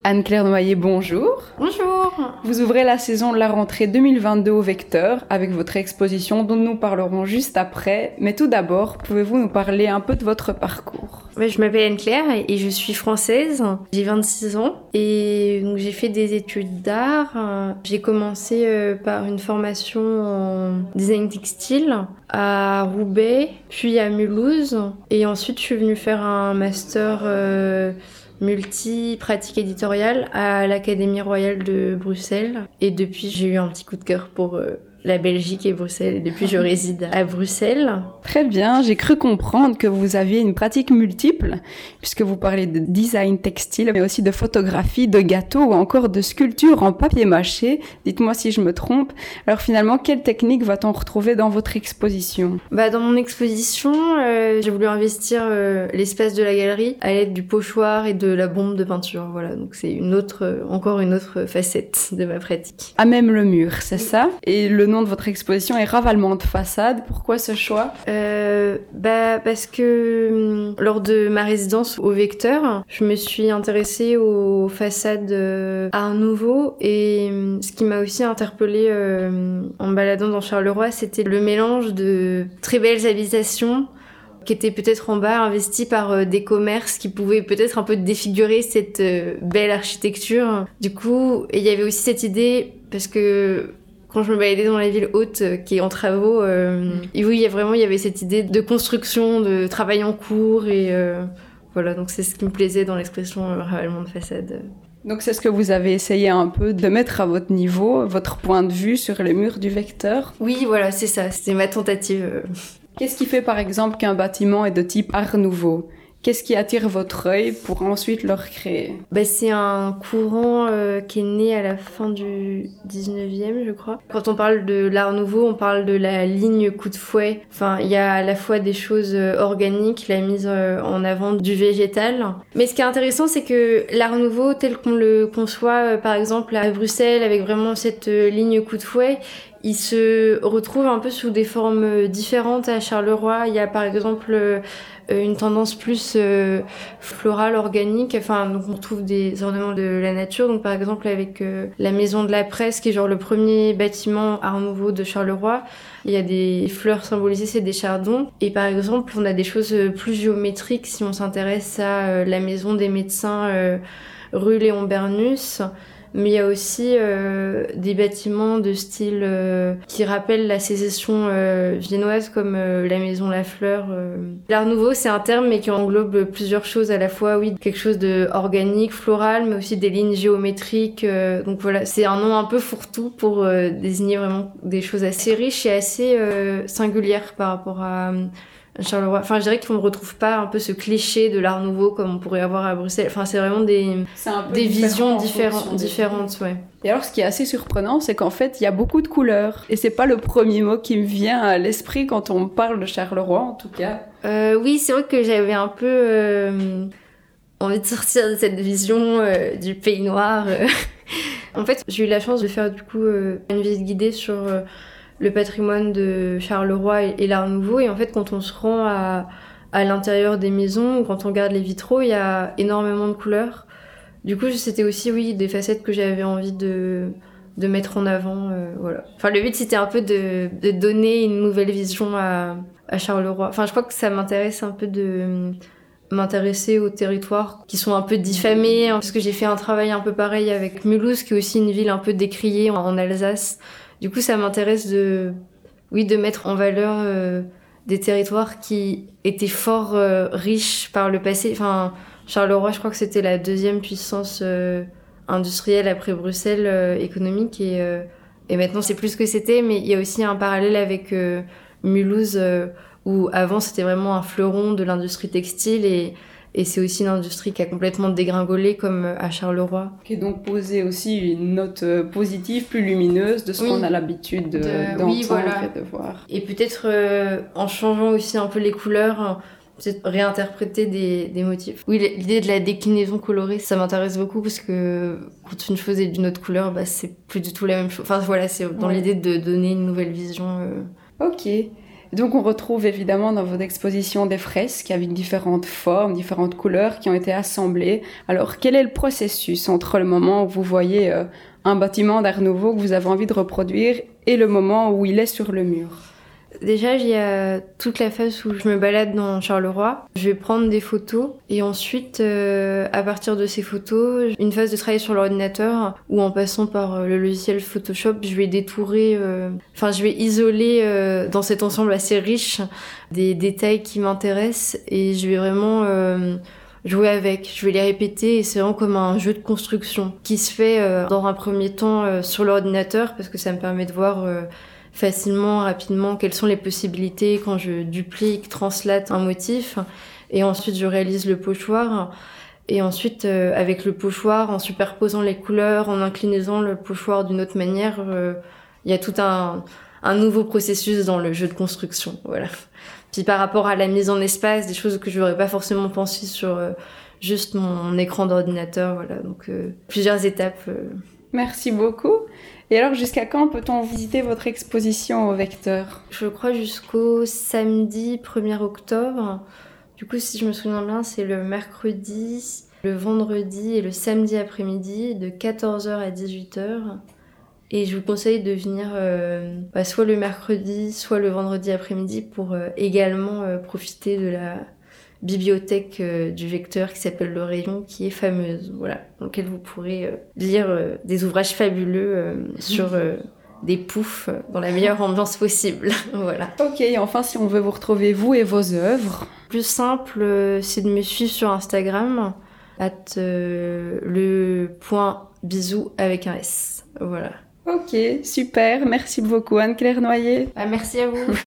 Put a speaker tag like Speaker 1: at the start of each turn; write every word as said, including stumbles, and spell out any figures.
Speaker 1: Anne-Claire Noyer, bonjour.
Speaker 2: Bonjour.
Speaker 1: Vous ouvrez la saison de la rentrée deux mille vingt-deux au Vecteur avec votre exposition dont nous parlerons juste après. Mais tout d'abord, pouvez-vous nous parler un peu de votre parcours ?
Speaker 2: Je m'appelle Anne-Claire et je suis française. J'ai vingt-six ans et donc j'ai fait des études d'art. J'ai commencé par une formation en design textile à Roubaix, puis à Mulhouse. Et ensuite, je suis venue faire un master euh, multi-pratique éditoriale à l'Académie royale de Bruxelles. Et depuis, j'ai eu un petit coup de cœur pour euh, la Belgique et Bruxelles. Et depuis, je réside à Bruxelles.
Speaker 1: Très bien, j'ai cru comprendre que vous aviez une pratique multiple, puisque vous parlez de design textile, mais aussi de photographie, de gâteaux ou encore de sculpture en papier mâché. Dites-moi si je me trompe. Alors finalement, quelle technique va-t-on retrouver dans votre exposition ?
Speaker 2: Bah, dans mon exposition, euh, j'ai voulu investir euh, l'espace de la galerie à l'aide du pochoir et de la bombe de peinture. Voilà, donc c'est une autre, euh, encore une autre facette de ma pratique.
Speaker 1: À même le mur, c'est ça ? Et le nom de votre exposition est Ravalement de façade. Pourquoi ce choix ?
Speaker 2: euh, bah, Parce que lors de ma résidence au Vecteur, je me suis intéressée aux façades euh, Art Nouveau et ce qui m'a aussi interpellée euh, en me baladant dans Charleroi, c'était le mélange de très belles habitations qui étaient peut-être en bas investies par euh, des commerces qui pouvaient peut-être un peu défigurer cette euh, belle architecture. Du coup, il y avait aussi cette idée, parce que quand je me baladais dans la ville haute euh, qui est en travaux, euh, mmh. et oui, il y a vraiment il y avait cette idée de construction, de travail en cours, et euh, voilà, donc c'est ce qui me plaisait dans l'expression euh, ravalement de façade.
Speaker 1: Donc c'est ce que vous avez essayé un peu de mettre à votre niveau, votre point de vue sur les murs du Vecteur ?
Speaker 2: Oui, voilà, c'est ça, c'était ma tentative.
Speaker 1: Qu'est-ce qui fait par exemple qu'un bâtiment est de type Art Nouveau ? Qu'est-ce qui attire votre œil pour ensuite le recréer ?
Speaker 2: Bah, c'est un courant euh, qui est né à la fin du dix-neuvième, je crois. Quand on parle de l'art nouveau, on parle de la ligne coup de fouet. Enfin, il y a à la fois des choses euh, organiques, la mise euh, en avant du végétal. Mais ce qui est intéressant, c'est que l'art nouveau, tel qu'on le conçoit, euh, par exemple à Bruxelles, avec vraiment cette euh, ligne coup de fouet, il se retrouve un peu sous des formes différentes à Charleroi. Il y a par exemple euh, une tendance plus euh, florale, organique. Enfin, donc on retrouve des ornements de la nature. Donc par exemple avec euh, la Maison de la Presse, qui est genre le premier bâtiment Art Nouveau de Charleroi, il y a des fleurs symbolisées, c'est des chardons. Et par exemple, on a des choses plus géométriques si on s'intéresse à euh, la Maison des médecins euh, rue Léon Bernus. Mais il y a aussi euh, des bâtiments de style euh, qui rappellent la sécession euh, viennoise, comme euh, la Maison Lafleur. Euh. L'art nouveau, c'est un terme mais qui englobe plusieurs choses à la fois. Oui, quelque chose de organique, floral, mais aussi des lignes géométriques. Euh, donc voilà, c'est un nom un peu fourre-tout pour euh, désigner vraiment des choses assez riches et assez euh, singulières par rapport à Charleroi. Enfin, je dirais qu'on ne retrouve pas un peu ce cliché de l'art nouveau comme on pourrait avoir à Bruxelles. Enfin, c'est vraiment des,
Speaker 1: c'est un peu
Speaker 2: des visions
Speaker 1: différent,
Speaker 2: différentes, différentes, ouais.
Speaker 1: Et alors, ce qui est assez surprenant, c'est qu'en fait, il y a beaucoup de couleurs. Et c'est pas le premier mot qui me vient à l'esprit quand on parle de Charleroi, en tout cas.
Speaker 2: Euh, oui, c'est vrai que j'avais un peu euh, envie de sortir de cette vision euh, du Pays Noir. Euh. En fait, j'ai eu la chance de faire du coup euh, une visite guidée sur euh, le patrimoine de Charleroi et, et l'art nouveau. Et en fait, quand on se rend à, à l'intérieur des maisons, ou quand on regarde les vitraux, il y a énormément de couleurs. Du coup, c'était aussi, oui, des facettes que j'avais envie de, de mettre en avant. Euh, voilà. Enfin, le but, c'était un peu de, de donner une nouvelle vision à, à Charleroi. Enfin, je crois que ça m'intéresse un peu de m'intéresser aux territoires qui sont un peu diffamés, hein, parce que j'ai fait un travail un peu pareil avec Mulhouse, qui est aussi une ville un peu décriée en, en Alsace. Du coup, ça m'intéresse de, oui, de mettre en valeur euh, des territoires qui étaient fort euh, riches par le passé. Enfin, Charleroi, je crois que c'était la deuxième puissance euh, industrielle après Bruxelles, euh, économique, et, euh, et maintenant c'est plus ce que c'était. Mais il y a aussi un parallèle avec euh, Mulhouse, euh, où avant c'était vraiment un fleuron de l'industrie textile, et Et c'est aussi une industrie qui a complètement dégringolé, comme à Charleroi.
Speaker 1: Qui est donc posé aussi une note positive, plus lumineuse de ce oui. qu'on a l'habitude de, de, d'entendre oui, voilà. et de voir.
Speaker 2: Et peut-être euh, en changeant aussi un peu les couleurs, peut-être réinterpréter des, des motifs. Oui, l'idée de la déclinaison colorée, ça m'intéresse beaucoup, parce que quand une chose est d'une autre couleur, bah, c'est plus du tout la même chose. Enfin voilà, c'est dans ouais. l'idée de donner une nouvelle vision. Euh...
Speaker 1: Ok. Et donc on retrouve évidemment dans votre exposition des fresques avec différentes formes, différentes couleurs qui ont été assemblées. Alors quel est le processus entre le moment où vous voyez euh, un bâtiment d'Art Nouveau que vous avez envie de reproduire et le moment où il est sur le mur?
Speaker 2: Déjà, il y a toute la phase où je me balade dans Charleroi. Je vais prendre des photos et ensuite, euh, à partir de ces photos, une phase de travail sur l'ordinateur où en passant par le logiciel Photoshop, je vais détourer, euh, enfin, je vais isoler euh, dans cet ensemble assez riche des détails qui m'intéressent et je vais vraiment euh, jouer avec. Je vais les répéter et c'est vraiment comme un jeu de construction qui se fait euh, dans un premier temps euh, sur l'ordinateur parce que ça me permet de voir euh, facilement, rapidement, quelles sont les possibilités quand je duplique, translate un motif. Et ensuite, je réalise le pochoir. Et ensuite, euh, avec le pochoir, en superposant les couleurs, en inclinaisant le pochoir d'une autre manière, euh, il y a tout un, un nouveau processus dans le jeu de construction. Voilà. Puis par rapport à la mise en espace, des choses que je n'aurais pas forcément pensé sur euh, juste mon écran d'ordinateur. Voilà. Donc, euh, plusieurs étapes. Euh...
Speaker 1: Merci beaucoup. Et alors, jusqu'à quand peut-on visiter votre exposition au vecteur?
Speaker 2: Je crois jusqu'au samedi premier octobre. Du coup, si je me souviens bien, c'est le mercredi, le vendredi et le samedi après-midi de quatorze heures à dix-huit heures. Et je vous conseille de venir euh, bah, soit le mercredi, soit le vendredi après-midi pour euh, également euh, profiter de la bibliothèque euh, du vecteur qui s'appelle Le Rayon, qui est fameuse, voilà, dans laquelle vous pourrez euh, lire euh, des ouvrages fabuleux euh, sur euh, des poufs euh, dans la meilleure ambiance possible. Voilà.
Speaker 1: Ok, et enfin, si on veut vous retrouver, vous et vos œuvres.
Speaker 2: Le plus simple, euh, c'est de me suivre sur Instagram, at euh, le point bisou avec un S. Voilà.
Speaker 1: Ok, super. Merci beaucoup, Anne-Claire Noyer.
Speaker 2: Ah, merci à vous.